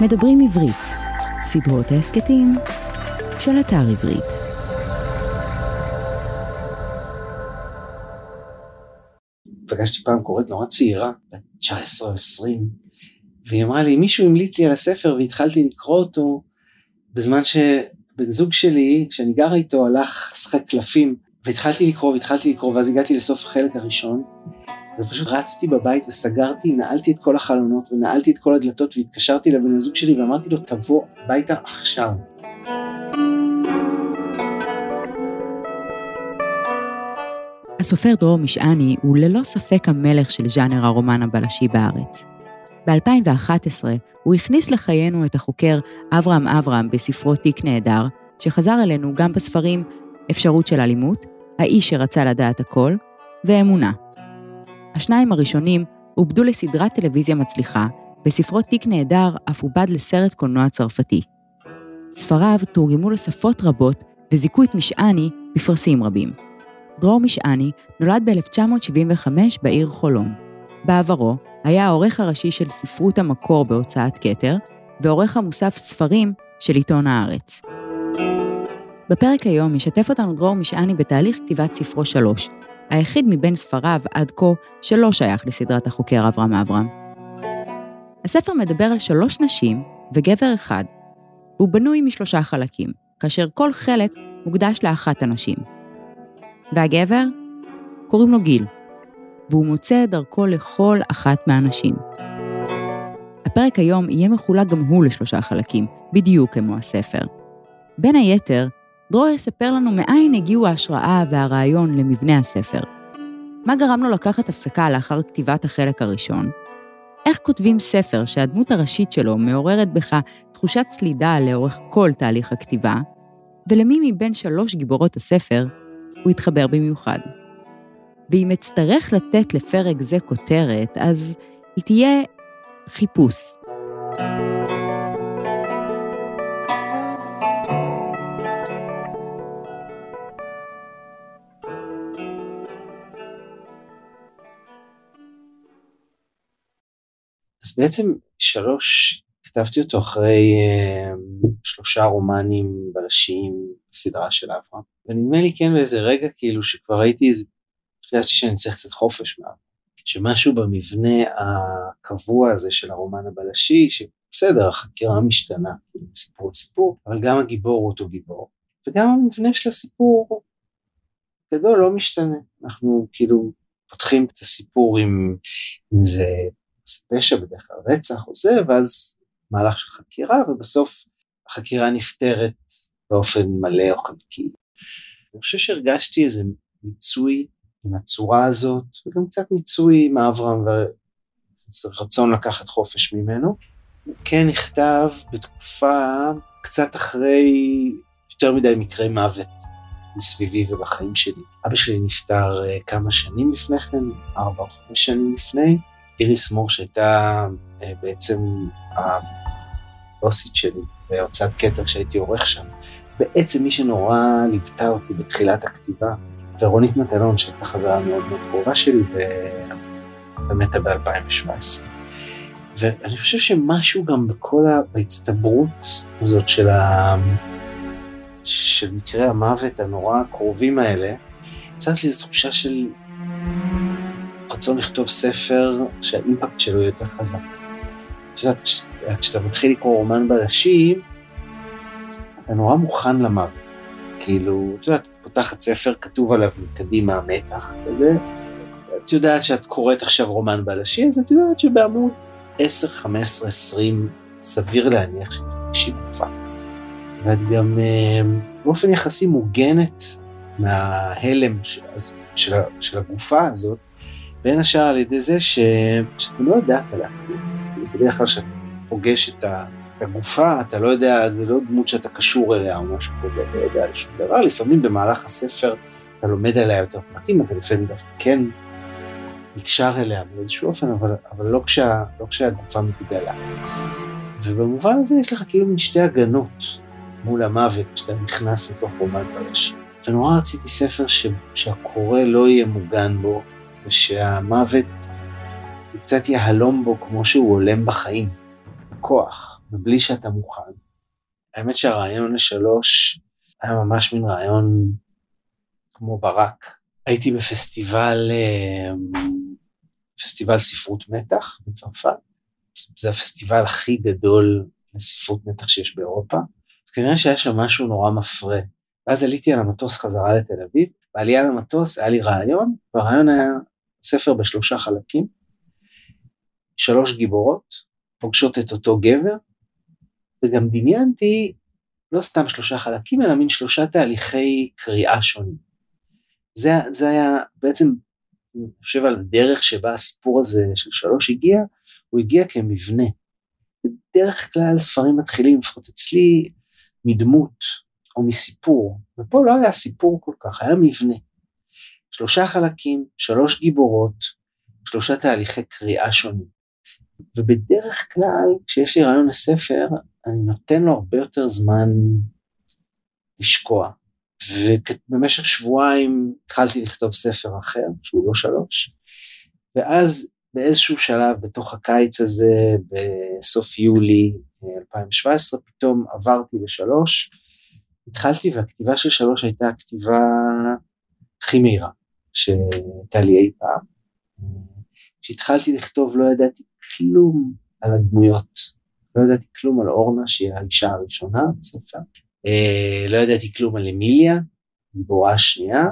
מדברים עברית, סדרות ההסקטים של אתר עברית. פגשתי פעם קוראת נורא צעירה, בת 19 או 20, והיא אמרה לי, מישהו המליץ לי על הספר והתחלתי לקרוא אותו, בזמן שבן זוג שלי, כשאני גרה איתו, הלך לשחק קלפים, והתחלתי לקרוא, ואז הגעתי לסוף החלק הראשון, ופשוט רצתי בבית וסגרתי, נעלתי את כל החלונות, ונעלתי את כל הדלתות, והתקשרתי לבן הזוג שלי, ואמרתי לו, תבוא הביתה עכשיו. הסופר דרור משעני הוא ללא ספק המלך של ז'אנר הרומן הבלשי בארץ. ב-2011 הוא הכניס לחיינו את החוקר אברהם בספרו תיק נהדר, שחזר אלינו גם בספרים אפשרות של אלימות, האיש שרצה לדעת הכל, ואמונה. השניים הראשונים עובדו לסדרת טלוויזיה מצליחה, בספרו תיק נהדר אף עובד לסרט קולנוע צרפתי. ספריו תורגמו לשפות רבות וזיכו את משעני בפרסים רבים. דרור משעני נולד ב-1975 בעיר חולון. בעברו היה העורך הראשי של ספרות המקור בהוצאת כתר, ועורך המוסף ספרים של עיתון הארץ. בפרק היום משתף אותנו דרור משעני בתהליך כתיבת ספרו 3, היחיד מבין ספריו עד כה שלא שייך לסדרת החוקר אברהם. הספר מדבר על 3 נשים וגבר אחד, והוא בנוי מ3 חלקים, כאשר כל חלק מוקדש לאחת הנשים. והגבר קוראים לו גיל, והוא מוצא את דרכו לכל אחת מהנשים. הפרק היום יהיה מחולק גם הוא ל3 חלקים, בדיוק כמו הספר. בין היתר, דרור יספר לנו מאין הגיעו ההשראה והרעיון למבנה הספר. מה גרם לו לקחת הפסקה לאחר כתיבת החלק הראשון? איך כותבים ספר שהדמות הראשית שלו מעוררת בך תחושת סלידה לאורך כל תהליך הכתיבה? ולמי מבין 3 גיבורות הספר הוא התחבר במיוחד? ואם אצטרך לתת לפרק זה כותרת, אז היא תהיה חיפוש. אז בעצם 3, כתבתי אותו אחרי 3 רומנים בלשיים בסדרה של אברהם, ונדמה לי כן באיזה רגע כאילו שכבר ראיתי איזה, חשבתי שאני צריך קצת חופש שמשהו במבנה הקבוע הזה של הרומן הבלשי, שבסדר, החקירה משתנה, סיפור, אבל גם הגיבור הוא אותו גיבור, וגם המבנה של הסיפור גדול לא משתנה. אנחנו כאילו פותחים את הסיפור עם איזה פשע, בדרך כלל רצח או זה, ואז מהלך של חקירה, ובסוף החקירה נפתרת באופן מלא או חלקי. אני חושב שהרגשתי איזה מיצוי עם הצורה הזאת, וגם קצת מיצוי עם אברהם, ורצון לקחת חופש ממנו. הוא כן נכתב בתקופה קצת אחרי יותר מדי מקרי מוות מסביבי ובחיים שלי. אבא שלי נפטר כמה שנים לפני כן, 4 או 5 שנים לפני. איריס מור שהייתה בעצם הבוסית שלי בהוצאת כתר שהייתי עורך שם, בעצם מי שנורא ליוותה אותי בתחילת הכתיבה, ורונית מטלון שהייתה חברה מאוד מאוד קרובה שלי ומתה ב-2017. ואני חושב שמשהו גם בהצטברות הזאת של מקרי המוות הנורא הקרובים האלה, יצאת לי איזו תחושה של רצון לכתוב ספר שהאימפקט שלו יותר חזק. כשאתה מתחיל לקרוא רומן בלשי, אתה נורא מוכן למוות. כאילו, אתה יודעת, פותחת ספר, כתוב עליו מקדימה מתח, וזה, את יודעת שאת קוראת עכשיו רומן בלשי, אז את יודעת שבעמוד 10, 15, 20, סביר להניח שתפגשי גופה. ואת גם באופן יחסי מוגנת מההלם של הגופה הזאת, בין השאר על ידי זה שאתה לא יודעת עליה. בדרך כלל שאתה פוגש את הגופה, אתה לא יודע, זה לא דמות שאתה קשור אליה או משהו כזה, אתה לא יודע על שום דבר. לפעמים במהלך הספר אתה לומד עליה יותר פרטים, אתה לפעמים דווקא כן נקשר אליה באיזשהו אופן, אבל לא כשהגופה מתגלה. ובמובן הזה יש לך כאילו משתי הגנות מול המוות כשאתה נכנס לתוך רומן בלשי. ונורא רציתי ספר שהקורא לא יהיה מוגן בו, ושהמוות קצת יהלום בו כמו שהוא עולם בחיים. בכוח, ובלי שאתה מוכן. האמת שהרעיון לשלוש היה ממש מין רעיון כמו ברק. הייתי בפסטיבל ספרות מתח בצרפת. זה הפסטיבל הכי גדול לספרות מתח שיש באירופה. כנראה שהיה שם משהו נורא מפרה. ואז עליתי על המטוס חזרה לתל אביב, בעלייה למטוס היה לי רעיון, והרעיון היה ספר ב3 חלקים, 3 גיבורות, פוגשות את אותו גבר, וגם דמיינתי לא סתם 3 חלקים, אלא מין 3 תהליכי קריאה שונים. זה היה בעצם, אני חושב על הדרך שבה הסיפור הזה של 3 הגיע, הוא הגיע כמבנה. בדרך כלל ספרים מתחילים, לפחות אצלי, מדמות או מסיפור, ופה לא היה סיפור כל כך, היה מבנה. 3 חלקים, 3 גיבורות, 3 תהליכי קריאה שונים. ובדרך כלל, כשיש לי רעיון לספר, אני נותן לו הרבה יותר זמן לשקוע. ובמשך שבועיים התחלתי לכתוב ספר אחר, שהוא לא 3, ואז באיזשהו שלב בתוך הקיץ הזה, בסוף יולי 2017, פתאום עברתי ל3, התחלתי והכתיבה של 3 הייתה הכתיבה הכי מהירה שהייתה לי אי פעם. כשהתחלתי לכתוב לא ידעתי כלום על הדמויות, לא ידעתי כלום על אורנה שהיא האישה הראשונה בספר, לא ידעתי כלום על אמיליה, גיבורה השנייה,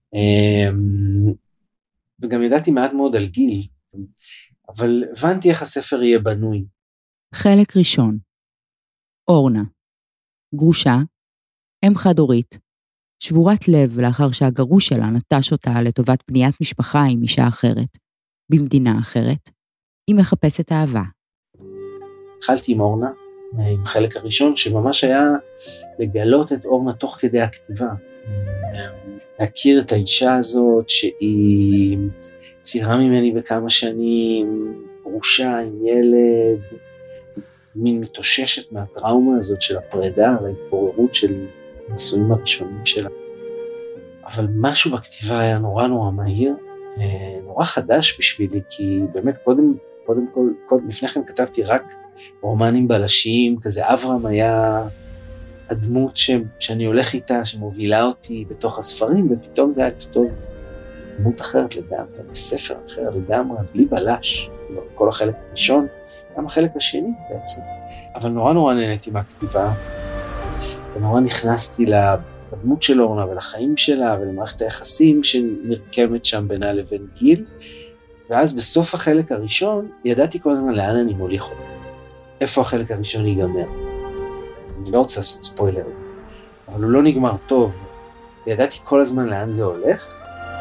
וגם ידעתי מעט מאוד על גיל, אבל הבנתי איך הספר יהיה בנוי. חלק ראשון, אורנה, גרושה, אם חד-הורית, שבורת לב לאחר שהגרוש שלה נטש אותה לטובת בניית משפחה עם אישה אחרת, במדינה אחרת, היא מחפשת אהבה. התחלתי עם אורנה, עם חלק הראשון, שממש היה לגלות את אורנה תוך כדי הכתיבה. להכיר את האישה הזאת שהיא צעירה ממני בכמה שנים, גרושה עם ילד, מין מתאוששת מהטראומה הזאת של הפרידה וההתפוררות של הנישואים הראשונים שלה. אבל משהו בכתיבה היה נורא נורא מהיר, נורא חדש בשבילי, כי באמת קודם כל, לפני כן כתבתי רק רומנים בלשיים, כזה אברהם היה הדמות שאני הולך איתה, שמובילה אותי בתוך הספרים, ופתאום זה היה לכתוב דמות אחרת לגמרי, בספר אחר לגמרי, בלי בלש, כל החלק הראשון, גם החלק השני בעצם. אבל נורא נורא נהניתי מהכתיבה, ונורא נכנסתי לדמות של אורנה ולחיים שלה, ולמערכת היחסים שנרקמת שם בינה לבין גיל, ואז בסוף החלק הראשון, ידעתי כל הזמן לאן אני מוליך אותה. איפה החלק הראשון ייגמר. אני לא רוצה לעשות ספוילר, אבל הוא לא נגמר טוב. וידעתי כל הזמן לאן זה הולך,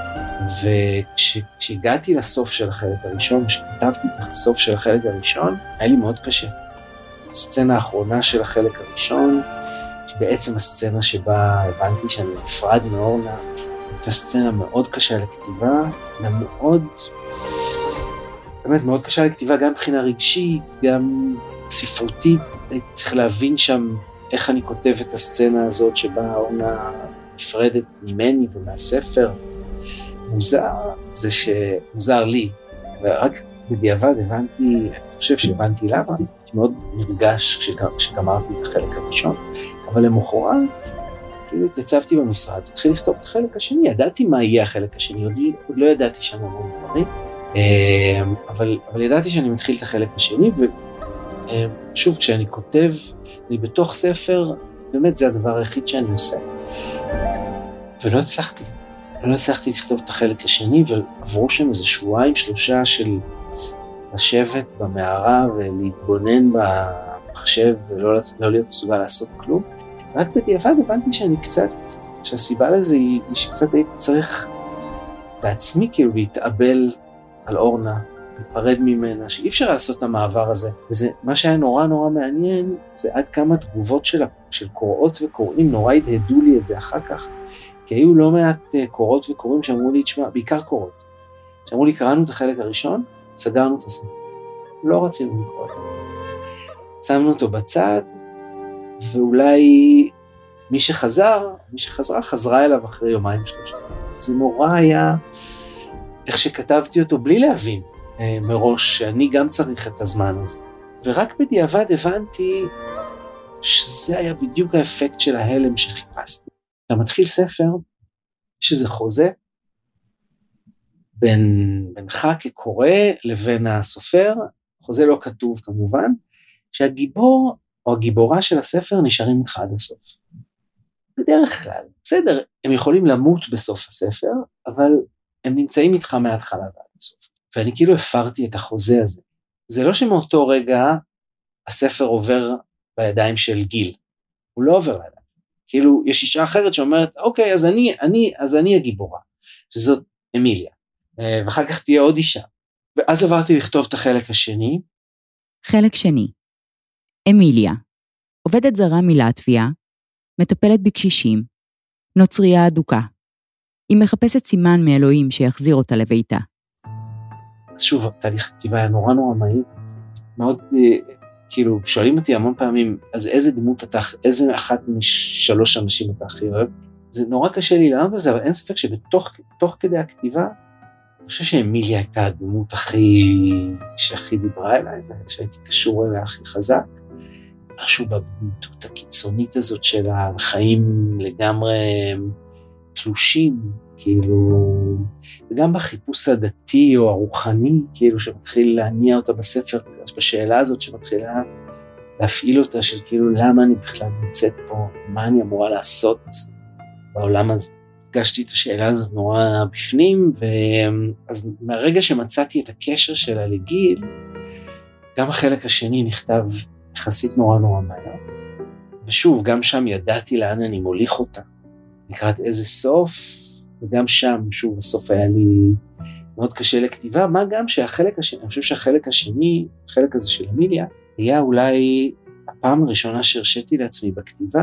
וכשהגעתי לסוף של החלק הראשון, כשכתבתי את הסוף של החלק הראשון, היה לי מאוד קשה. הסצנה האחרונה של החלק הראשון, שבעצם הסצנה שבה הבנתי שאני נפרד מאורנה, הייתה סצנה מאוד קשה לכתיבה, גם באמת מאוד קשה לכתיבה, גם מבחינה רגשית, גם ספרותית. הייתי צריך להבין שם איך אני כותב את הסצנה הזאת שבה אורנה נפרדת ממני ומהספר. מוזר לי, ורק בדיעבד הבנתי, אני חושב שהבנתי למה, הייתי מאוד נרגש כשגמרתי את החלק הראשון, אבל למחרת, כאילו התייצבתי במשרד, התחיל לכתוב את החלק השני, ידעתי מה יהיה החלק השני, עוד לא ידעתי שם המון דברים, אבל ידעתי שאני מתחיל את החלק השני, ושוב, כשאני כותב, אני בתוך ספר, באמת זה הדבר היחיד שאני עושה, ולא הצלחתי. לא הצלחתי לכתוב את החלק השני, ועברו שם איזה 2-3 של לשבת במערה ולהתבונן במחשב ולא להיות מסוגל לעשות כלום. רק בדיעבד הבנתי שהסיבה לזה היא שקצת הייתי צריך בעצמי כאילו להתאבל על אורנה, להיפרד ממנה, שאי אפשר לעשות את המעבר הזה. וזה, מה שהיה נורא נורא מעניין, זה עד כמה תגובות של קוראות וקוראים נורא הדהדו לי את זה אחר כך. כי היו לא מעט קוראות וקוראים שאמרו לי, תשמע, בעיקר קוראות, שאמרו לי, קראנו את החלק הראשון, סגרנו את הספר. לא רצינו לקרוא אותו. שמנו אותו בצד, ואולי מי שחזרה, חזרה אליו אחרי 2-3 ימים. זה נורא היה, איך שכתבתי אותו, בלי להבין מראש, שאני גם צריך את הזמן הזה. ורק בדיעבד הבנתי שזה היה בדיוק האפקט של ההלם שחיפשתי. אתה מתחיל ספר, יש איזה חוזה, בינך כקורא לבין הסופר, חוזה לא כתוב כמובן, שהגיבור או הגיבורה של הספר נשארים איתך עד הסוף. בדרך כלל, בסדר, הם יכולים למות בסוף הספר, אבל הם נמצאים איתך מההתחלה ועד הסוף. ואני כאילו הפרתי את החוזה הזה. זה לא שמאותו רגע הספר עובר בידיים של גיל, הוא לא עובר לידיים. כאילו יש אישה אחרת שאומרת, אוקיי, אז אני הגיבורה, שזאת אמיליה, ואחר כך תהיה עוד אישה. ואז עברתי לכתוב את החלק השני. חלק שני, אמיליה, עובדת זרה מלטביה, מטפלת בקשישים, נוצריה אדוקה. היא מחפשת סימן מאלוהים שיחזיר אותה לביתה. אז שוב, תהליך הכתיבה היה נורא מהיר, מאוד, כאילו, שואלים אותי המון פעמים, אז איזה דמות אתה, איזה אחת משלוש אנשים אתה הכי אוהב? זה נורא קשה לי לענות על זה, אבל אין ספק שבתוך כדי הכתיבה, אני חושב שאמיליה הייתה הדמות שהכי דיברה אליי, שהייתי קשור אליה הכי חזק, משהו בבנתות הקיצונית הזאת של החיים לגמרי תלושים, כאילו, וגם בחיפוש הדתי או הרוחני, כאילו שמתחיל להניע אותה בספר, בשאלה הזאת שמתחילה להפעיל אותה, של כאילו למה אני בכלל נמצאת פה, מה אני אמורה לעשות בעולם הזה. הגשתי את השאלה הזאת נורא בפנים, ואז מהרגע שמצאתי את הקשר שלה לגיל, גם החלק השני נכתב יחסית נורא מהר, ושוב, גם שם ידעתי לאן אני מוליך אותה, לקראת איזה סוף, וגם שם, שוב, הסוף היה לי מאוד קשה לכתיבה, מה גם שהחלק השני, אני חושב שהחלק השני, החלק הזה של אמיליה, היה אולי הפעם הראשונה שהרשיתי לעצמי בכתיבה,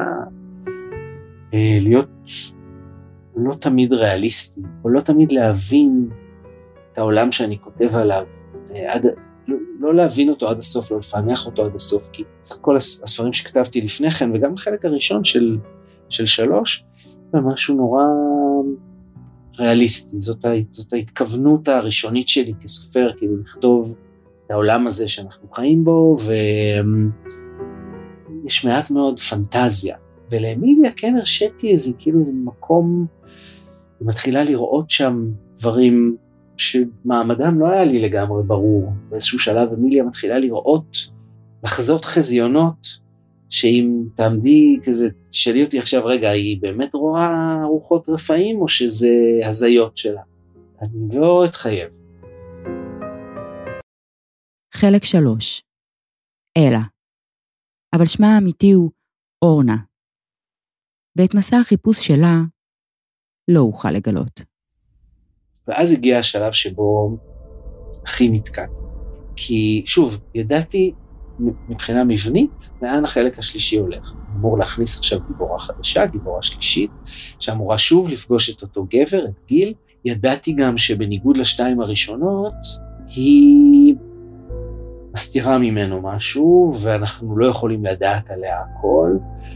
להיות לא תמיד ריאליסטי, או לא תמיד להבין את העולם שאני כותב עליו, לא להבין אותו עד הסוף, לא לפענח אותו עד הסוף, כי צריך כל הספרים שכתבתי לפני כן, וגם החלק הראשון של 3, זה משהו נורא ריאליסטי, זאת ההתכוונות הראשונית שלי כסופר, כאילו לכתוב את העולם הזה שאנחנו חיים בו, ויש מעט מאוד פנטזיה, ולאמיליה כן הרשיתי איזה מקום, היא מתחילה לראות שם דברים שמעמדם לא היה לי לגמרי ברור, באיזשהו שלב אמיליה מתחילה לראות, לחזות חזיונות, שאם תעמדי כזה, תשאלי אותי עכשיו, רגע, היא באמת רואה רוחות רפאים, או שזה הזיות שלה? אני לא אתחייב. חלק 3, אלה, אבל שמה האמיתי הוא אורנה, ואת מסע החיפוש שלה לא אוכל לגלות. ואז הגיע השלב שבו הכי נתקע. כי שוב, ידעתי מבחינה מבנית, לאן החלק השלישי הולך. אמור להכניס עכשיו גיבורה חדשה, גיבורה שלישית, שאמורה שוב לפגוש את אותו גבר, את גיל. ידעתי גם שבניגוד לשתיים הראשונות, היא מסתירה ממנו משהו, ואנחנו לא יכולים לדעת עליה הכל.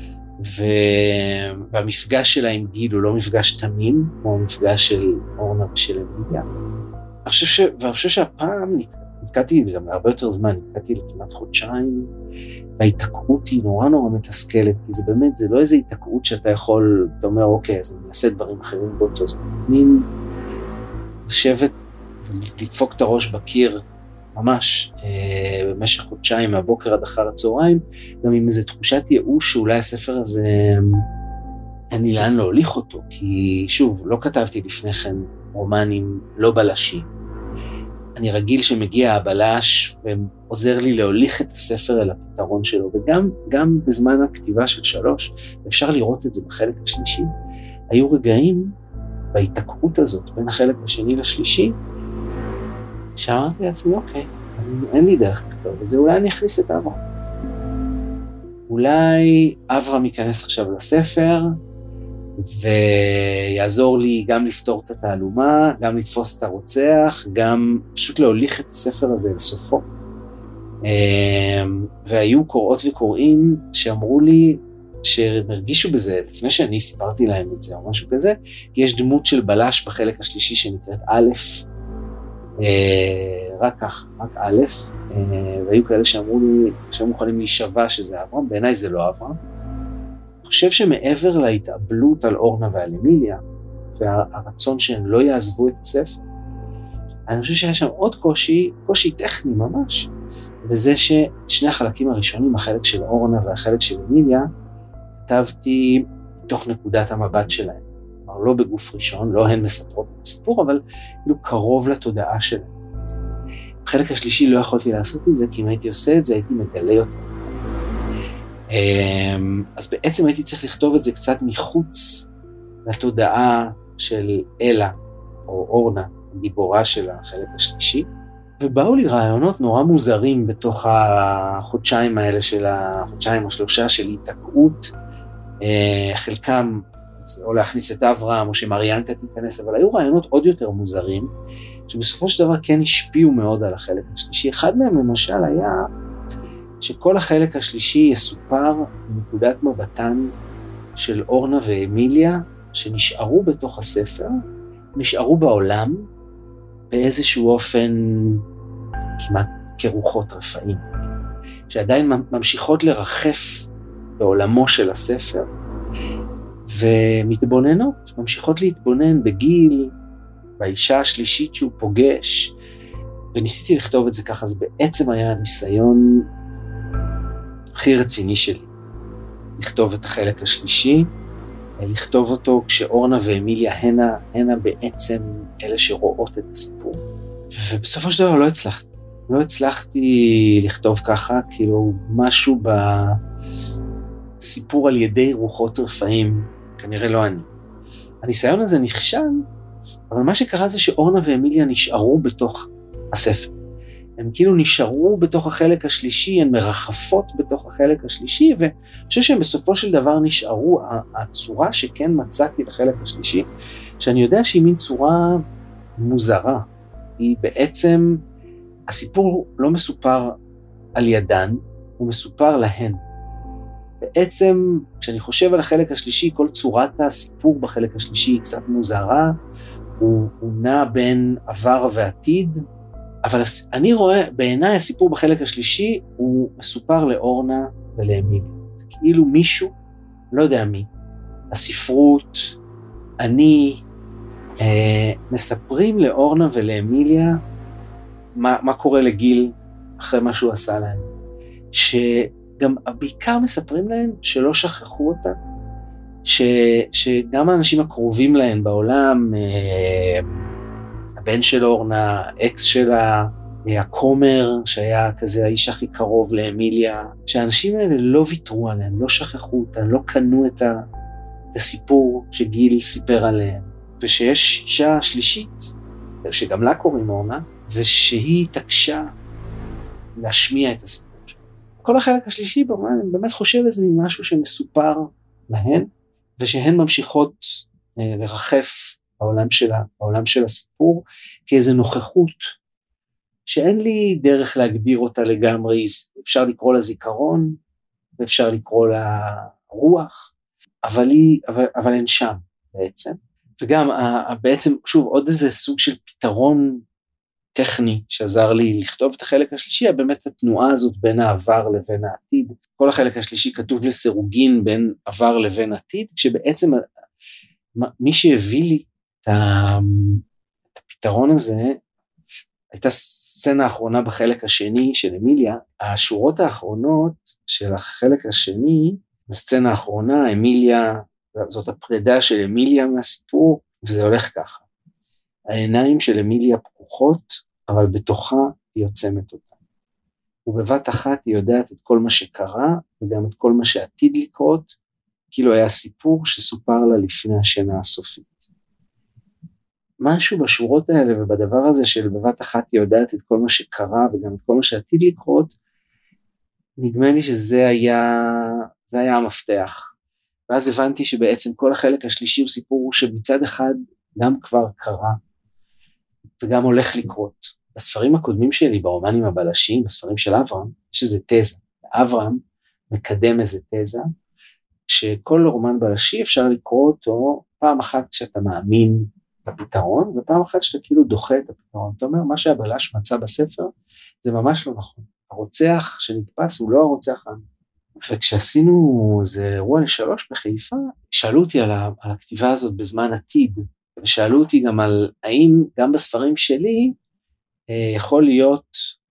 והמפגש שלה עם גיל הוא לא מפגש תמים, כמו המפגש של אורנה ושל אמיליה. ואני חושב שהפעם נתקעתי, וגם להרבה יותר זמן, נתקעתי לכמעט חודשיים, וההתעקעות היא נורא מתסכלת, כי זה באמת, זה לא איזו התעקעות שאתה יכול, אתה אומר, אוקיי, אז אני אעשה דברים אחרים באותו זמן. מין לשבת ולדפוק את הראש בקיר, ממש, במשך חודשיים, מהבוקר עד אחר הצהריים, גם עם איזו תחושת ייאוש שאולי הספר הזה, אין לי לאן להוליך אותו, כי שוב, לא כתבתי לפני כן רומנים לא בלשים. אני רגיל שמגיע הבלש ועוזר לי להוליך את הספר אל הפתרון שלו, וגם בזמן הכתיבה של 3, אפשר לראות את זה בחלק השלישי, היו רגעים בהתעקעות הזאת בין החלק השני לשלישי, שאמרתי לעצמי, אוקיי, אין לי דרך לכתוב את זה, אולי אני אכניס את אברהם. אולי אברהם ייכנס עכשיו לספר, ויעזור לי גם לפתור את התעלומה, גם לתפוס את הרוצח, גם פשוט להוליך את הספר הזה לסופו. והיו קוראות וקוראים שאמרו לי, שהם הרגישו בזה, לפני שאני סיפרתי להם את זה או משהו כזה, כי יש דמות של בלש בחלק השלישי שנקראת א', רק כך, רק א', והיו כאלה שאמרו לי, שהם מוכנים להישבע שזה אברהם, בעיניי זה לא אברהם. אני חושב שמעבר להתאבלות על אורנה ועל אמיליה, והרצון שהן לא יעזבו את הספר, אני חושב שהיה שם עוד קושי טכני ממש, וזה ששני החלקים הראשונים, החלק של אורנה והחלק של אמיליה, כתבתי תוך נקודת המבט שלהם. כלומר, לא בגוף ראשון, לא הן מספרות את הסיפור, אבל כאילו קרוב לתודעה שלהם. בחלק השלישי לא יכולתי לעשות את זה, כי אם הייתי עושה את זה, הייתי מגלה יותר. אז בעצם הייתי צריך לכתוב את זה קצת מחוץ לתודעה של אלה, או אורנה, גיבורה של החלק השלישי, ובאו לי רעיונות נורא מוזרים בתוך החודשיים האלה של החודשיים או שלושה של התעקעות, חלקם או להכניס את אברהם או שמריאנקה תיכנס, אבל היו רעיונות עוד יותר מוזרים, שבסופו של דבר כן השפיעו מאוד על החלק השלישי. אחד מהם למשל היה שכל החלק השלישי יסופר מנקודת מבטן של אורנה ואמיליה, שנשארו בתוך הספר, נשארו בעולם, באיזשהו אופן כמעט כרוחות רפאים, שעדיין ממשיכות לרחף בעולמו של הספר, ומתבוננות, ממשיכות להתבונן בגיל, באישה השלישית שהוא פוגש, וניסיתי לכתוב את זה ככה, זה בעצם היה הניסיון הכי רציני שלי, לכתוב את החלק השלישי, לכתוב אותו כשאורנה ואמיליה הנה בעצם אלה שרואות את הסיפור. ובסופו של דבר לא הצלחתי לכתוב ככה, כאילו משהו בסיפור על ידי רוחות רפאים, כנראה לא אני. הניסיון הזה נכשל, אבל מה שקרה זה שאורנה ואמיליה נשארו בתוך הספר. הם כאילו נשארו בתוך החלק השלישי, הן מרחפות בתוך החלק השלישי, ואני חושב שהם בסופו של דבר נשארו, הצורה שכן מצאתי לחלק השלישי, שאני יודע שהיא מין צורה מוזרה, היא בעצם, הסיפור לא מסופר על ידן, הוא מסופר להן. בעצם, כשאני חושב על החלק השלישי, כל צורת הסיפור בחלק השלישי היא קצת מוזרה, הוא נע בין עבר ועתיד, אבל אני רואה, בעיניי הסיפור בחלק השלישי הוא מסופר לאורנה ולאמיליה. זה כאילו מישהו, לא יודע מי, הספרות, אני, מספרים לאורנה ולאמיליה מה קורה לגיל אחרי מה שהוא עשה להם. שגם בעיקר מספרים להם שלא שכחו אותה, שגם האנשים הקרובים להם בעולם, הבן של אורנה, אקס שלה, הקומר, שהיה כזה האיש הכי קרוב לאמיליה, שהאנשים האלה לא ויתרו עליהם, לא שכחו אותם, לא קנו את הסיפור שגיל סיפר עליהם, ושיש אישה שלישית, שגם לה קוראים אורנה, ושהיא התעקשה להשמיע את הסיפור שלה. כל החלק השלישי, אני באמת חושב איזה משהו שמסופר להן, ושהן ממשיכות לרחף בעולם של הסיפור, כאיזו נוכחות, שאין לי דרך להגדיר אותה לגמרי, אפשר לקרוא לה זיכרון, ואפשר לקרוא לה רוח, אבל הן שם בעצם. וגם בעצם, שוב, עוד איזה סוג של פתרון טכני שעזר לי לכתוב את החלק השלישי, באמת התנועה הזאת בין העבר לבין העתיד. כל החלק השלישי כתוב לסירוגין בין עבר לבין עתיד, כשבעצם מי שהביא לי את הפתרון הזה, הייתה סצנה האחרונה בחלק השני של אמיליה, השורות האחרונות של החלק השני, הסצנה האחרונה, אמיליה, זאת הפרידה של אמיליה מהסיפור, וזה הולך ככה. העיניים של אמיליה פקוחות, אבל בתוכה היא עוצמת אותה. ובבת אחת היא יודעת את כל מה שקרה, וגם את כל מה שעתיד לקרות, כאילו היה סיפור שסופר לה לפני השינה הסופית. משהו בשורות האלה ובדבר הזה של בבת אחת היא יודעת את כל מה שקרה, וגם את כל מה שעתיד לקרות, נדמה לי שזה היה המפתח. ואז הבנתי שבעצם כל החלק השלישי הוא סיפור שמצד אחד גם כבר קרה, וגם הולך לקרות. בספרים הקודמים שלי, ברומנים הבלשיים, בספרים של אברהם, יש איזה תזה. אברהם מקדם איזה תזה, שכל רומן בלשי אפשר לקרוא אותו פעם אחת כשאתה מאמין הפתרון, ופעם אחת שאתה כאילו דוחה את הפתרון. אתה אומר, מה שהבלש מצא בספר, זה ממש לא נכון. הרוצח שנתפס הוא לא הרוצח האמיתי. וכשעשינו זה אירוע ל3 בחיפה, שאלו אותי על הכתיבה הזאת בזמן עתיד, ושאלו אותי גם על האם גם בספרים שלי יכול להיות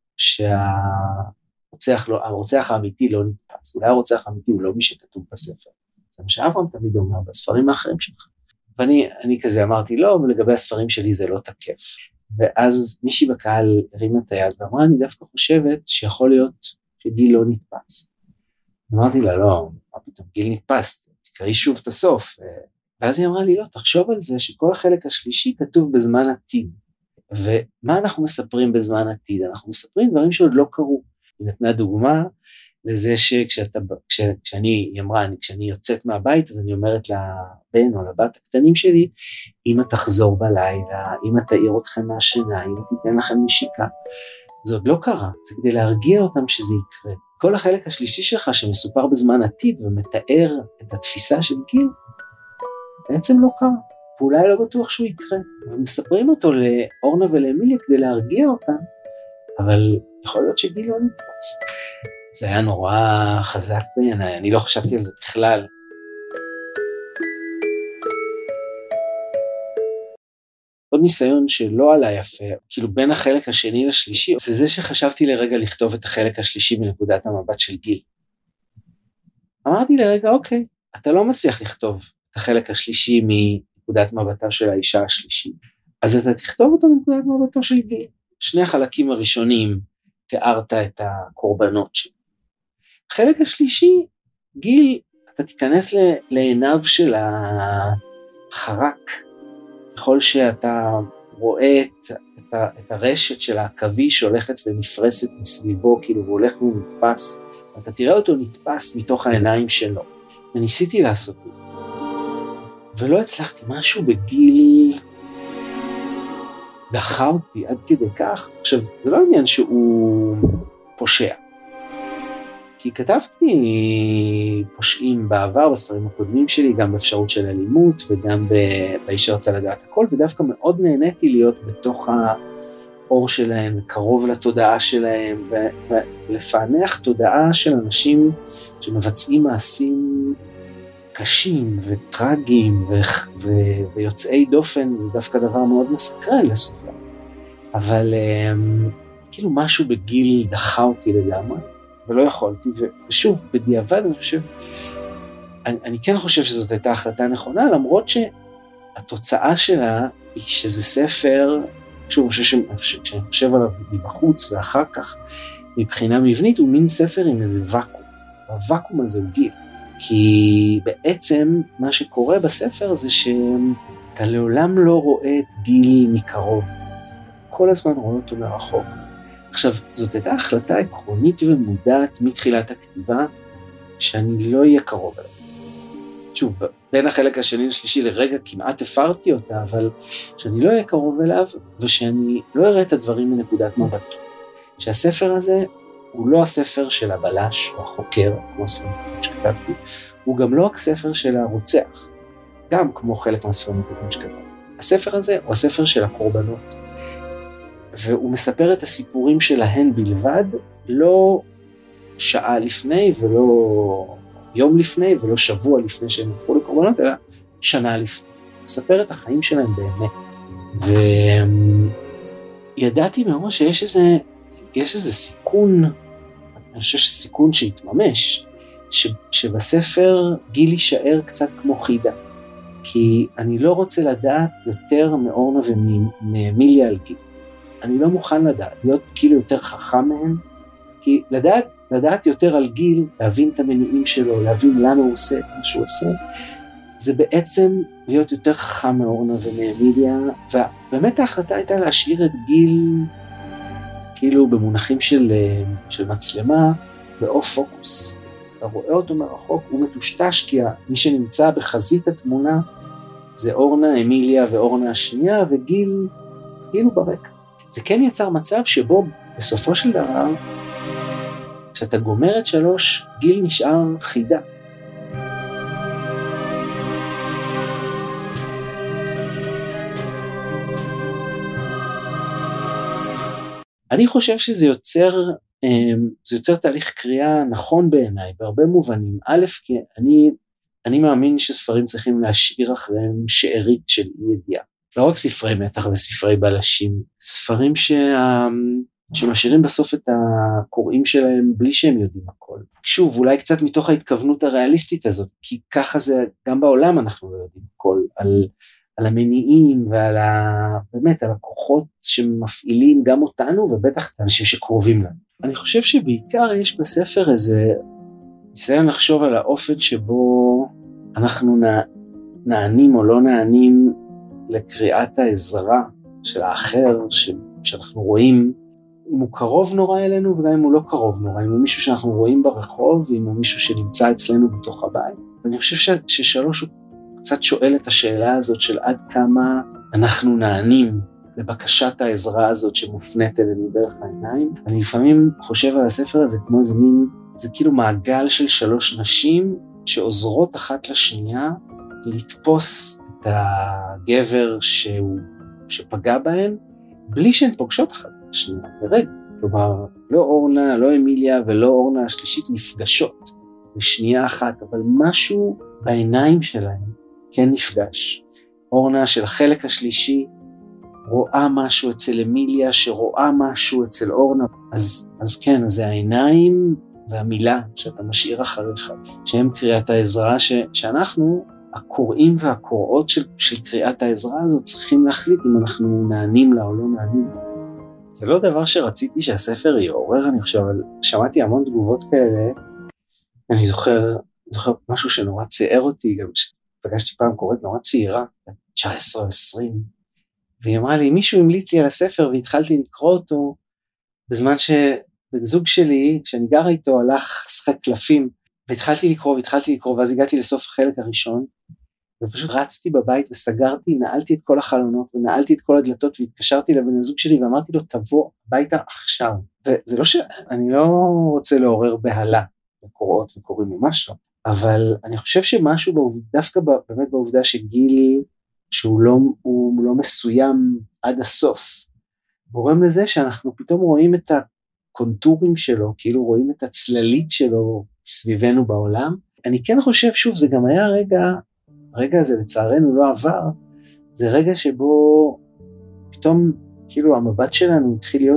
שהרוצח האמיתי לא נתפס, אולי הרוצח האמיתי הוא לא מי שכתוב בספר. זה מה שאברהם תמיד אומר בספרים האחרים שלך. ואני כזה אמרתי לא, ולגבי הספרים שלי זה לא תקף. ואז מישהי בקהל הרימה את היד ואמרה, אני דווקא חושבת שיכול להיות שגיל לא נתפס. אמרתי לה, לא, מה פתאום, גיל נתפס, תקראי שוב את הסוף. ואז היא אמרה לי, לא, תחשוב על זה שכל החלק השלישי כתוב בזמן עתיד. ומה אנחנו מספרים בזמן עתיד? אנחנו מספרים דברים שעוד לא קרו. היא נתנה דוגמה לזה כשאני יוצאת מהבית, אז אני אומרת לבן או לבת הקטנים שלי, אמא תחזור בלילה, אמא תעיר אתכם מהשינה, אמא תיתן לכם נשיקה. זה עוד לא קרה, זה כדי להרגיע אותם שזה יקרה. כל החלק השלישי שלך שמסופר בזמן עתיד ומתאר את התפיסה של גיל, בעצם לא קרה, ואולי לא בטוח שהוא יקרה. ומספרים אותו לאורנה ולאמיליה כדי להרגיע אותם, אבל יכול להיות שגיל לא נתפס. זה היה נורא חזק בעיניי, אני לא חשבתי על זה בכלל. עוד ניסיון שלא עלה יפה, כאילו בין החלק השני לשלישי, זה שחשבתי לרגע לכתוב את החלק השלישי מנקודת המבט של גיל. אמרתי לרגע, אוקיי, אתה לא מצליח לכתוב את החלק השלישי מנקודת מבטה של האישה השלישית, אז אתה תכתוב אותו מנקודת מבטו של גיל. שני החלקים הראשונים תיארת את הקורבנות שלי. החלק השלישי, גיל, אתה תיכנס לעיניו של החרק, ככל שאתה רואה את הרשת של העכביש שהולכת ונפרסת מסביבו, כאילו הוא הולך ונתפס, אתה תראה אותו נתפס מתוך העיניים שלו. וניסיתי לעשות את זה. ולא הצלחתי, משהו בגיל דחה אותי עד כדי כך. עכשיו, זה לא עניין שהוא פושע. כי כתבתי פושעים בעבר, בספרים הקודמים שלי, גם באפשרות של אלימות, וגם באיש שרצה לדעת הכל, ודווקא מאוד נהניתי להיות בתוך האור שלהם, קרוב לתודעה שלהם, ולפענח תודעה של אנשים שמבצעים מעשים קשים וטרגיים ויוצאי דופן, זה דווקא דבר מאוד מסקרן לסופר. אבל כאילו משהו בגיל דחה אותי לגמרי, ולא יכולתי, ושוב, בדיעבד אני כן חושב שזאת הייתה החלטה נכונה, למרות שהתוצאה שלה היא שזה ספר, שוב, כשאני חושב עליו מבחוץ ואחר כך, מבחינה מבנית, הוא מין ספר עם איזה וקום, והווקום הזה הוא גיל, כי בעצם מה שקורה בספר זה שאתה לעולם לא רואה את גיל מקרוב, כל הזמן רואה אותו מרחוק. עכשיו, זאת הייתה החלטה עקרונית ומודעת מתחילת הכתיבה, שאני לא אהיה קרוב אליו. שוב, בין החלק השני לשלישי לרגע כמעט הפרתי אותה, אבל שאני לא אהיה קרוב אליו, ושאני לא אראה את הדברים מנקודת מבטו. שהספר הזה הוא לא הספר של הבלש או החוקר, כמו הספרים שכתבתי, הוא גם לא הספר של הרוצח, גם כמו חלק מהספרים שכתבתי. הספר הזה הוא הספר של הקורבנות. והוא מספר את הסיפורים שלהן בלבד, לא שעה לפני ולא יום לפני ולא שבוע לפני שהם הפכו לקורבנות, אלא שנה לפני. מספר את החיים שלהם באמת. וידעתי מראש שיש איזה סיכון, אני חושב שסיכון שהתממש, שבספר גיל יישאר קצת כמו חידה. כי אני לא רוצה לדעת יותר מאורנה ומאמיליה על גיל. אני לא מוכן לדעת, להיות כאילו יותר חכם מהם, כי לדעת יותר על גיל, להבין את המניעים שלו, להבין למה הוא עושה את מה שהוא עושה, זה בעצם להיות יותר חכם מאורנה ומאמיליה, ובאמת ההחלטה הייתה להשאיר את גיל, כאילו במונחים של מצלמה, באוף פוקוס. אתה רואה אותו מרחוק, הוא מטושטש, כי מי שנמצא בחזית התמונה, זה אורנה, אמיליה ואורנה השנייה, וגיל הוא ברקע. זה כן יצר מצב שבו בסופו של דבר, כשאתה גומר את 3, גיל נשאר חידה. אני חושב שזה יוצר תהליך קריאה נכון בעיניי, בהרבה מובנים. א', כי אני מאמין שספרים צריכים להשאיר אחריהם שארית של אי ידיעה. לא רק ספרי מתח וספרי בלשים, ספרים שמשאירים בסוף את הקוראים שלהם בלי שהם יודעים הכל. שוב, אולי קצת מתוך ההתכוונות הריאליסטית הזאת, כי ככה זה, גם בעולם אנחנו לא יודעים הכל, על המניעים באמת על הכוחות שמפעילים גם אותנו, ובטח את האנשים שקרובים לנו. אני חושב שבעיקר יש בספר איזה ניסיון לחשוב על האופן שבו אנחנו נענים או לא נענים לקריאת העזרה של האחר, שאנחנו רואים אם הוא קרוב נורא אלינו, וגם אם הוא לא קרוב נורא, אם הוא מישהו שאנחנו רואים ברחוב, ואם הוא מישהו שנמצא אצלנו בתוך הבית. ואני חושב ששלוש הוא קצת שואל את השאלה הזאת של עד כמה אנחנו נענים לבקשת העזרה הזאת שמופנית אלינו דרך העיניים. אני לפעמים חושב על הספר הזה כמו איזה מין, זה כאילו מעגל של 3 נשים שעוזרות אחת לשנייה לתפוס את הגבר שפגע בהן, בלי שהן פוגשות אחת לשנייה, ברגע. כלומר, לא אורנה, לא אמיליה ולא אורנה השלישית נפגשות לשנייה אחת, אבל משהו בעיניים שלהם כן נפגש. אורנה של החלק השלישי רואה משהו אצל אמיליה, שרואה משהו אצל אורנה, אז כן, אז זה העיניים והמילה שאתה משאיר אחריך, שהם קריאת העזרה, שאנחנו, הקוראים והקוראות של קריאת העזרה הזאת, צריכים להחליט אם אנחנו נענים לה או לא נענים. זה לא דבר שרציתי שהספר יעורר, אני חושב, אבל שמעתי המון תגובות כאלה, אני זוכר משהו שנורא ציער אותי, גם פגשתי פעם קוראת נורא צעירה, 19 או 20, והיא אמרה לי, מישהו המליץ לי על הספר והתחלתי לקרוא אותו, בזמן שבן זוג שלי, כשאני גרה איתו, הלך לשחק קלפים, והתחלתי לקרוא, ואז הגעתי לסוף החלק הראשון, ופשוט רצתי בבית וסגרתי, נעלתי את כל החלונות, ונעלתי את כל הדלתות, והתקשרתי לבן הזוג שלי, ואמרתי לו, תבוא הביתה עכשיו. וזה לא אני לא רוצה לעורר בהלה, לקוראות וקוראים ממש לא, אבל אני חושב שמשהו, דווקא באמת בעובדה שגיל, שהוא לא מסוים עד הסוף, גורם לזה שאנחנו פתאום רואים את הקונטורים שלו, כאילו רואים את הצללית שלו סביבנו בעולם. אני כן חושב, שוב, זה גם היה הרגע הזה לצערנו לא עבר, זה רגע שבו פתאום כאילו המבט שלנו התחיל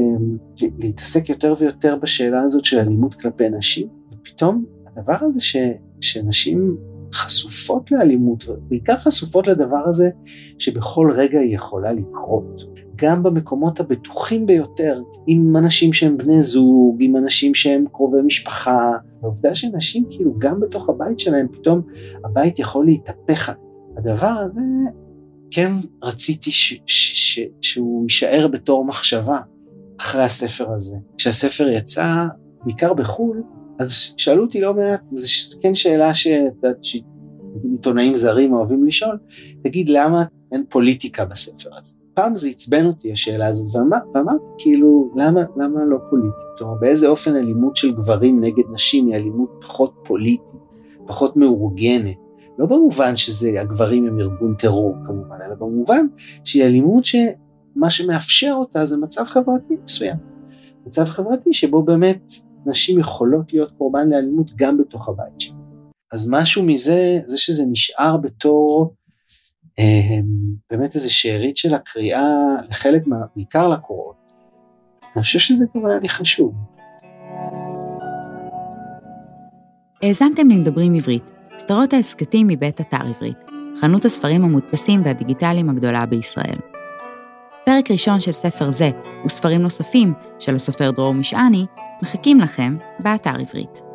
להתעסק יותר ויותר בשאלה הזאת של אלימות כלפי נשים, ופתאום הדבר הזה שנשים חשופות לאלימות, ובעיקר חשופות לדבר הזה שבכל רגע היא יכולה לקרות, גם במקומות הבטוחים ביותר, עם אנשים שהם בני זוג, עם אנשים שהם קרובי משפחה, העובדה שנשים כאילו גם בתוך הבית שלהם, פתאום הבית יכול להתהפך. הדבר הזה כן רציתי שהוא יישאר בתור מחשבה אחרי הספר הזה. כשהספר יצא, בעיקר בחול, אז שאלו אותי לא מעט, וזו כן שאלה שעיתונאים זרים אוהבים לשאול, תגיד למה אין פוליטיקה בספר הזה? פעם זה עצבן אותי השאלה הזאת, ואמרתי כאילו למה לא פוליטית? זאת אומרת, באיזה אופן אלימות של גברים נגד נשים היא אלימות פחות פוליטית, פחות מאורגנת, לא במובן שזה הגברים הם ארגון טרור כמובן, אלא במובן שהיא אלימות שמה שמאפשר אותה זה מצב חברתי מסוים, מצב חברתי שבו באמת נשים יכולות להיות קורבן לאלימות גם בתוך הבית שלהם. אז משהו מזה, זה שזה נשאר בתור באמת איזה שארית של הקריאה לחלק בעיקר לקורות. אני חושב שזה גם היה לי חשוב. האזנתם למדברים עברית, סדרות ההסכתים מבית אתר עברית, חנות הספרים המודפסים והדיגיטליים הגדולה בישראל. פרק ראשון של ספר זה וספרים נוספים של הסופר דרור משעני מחכים לכם באתר עברית.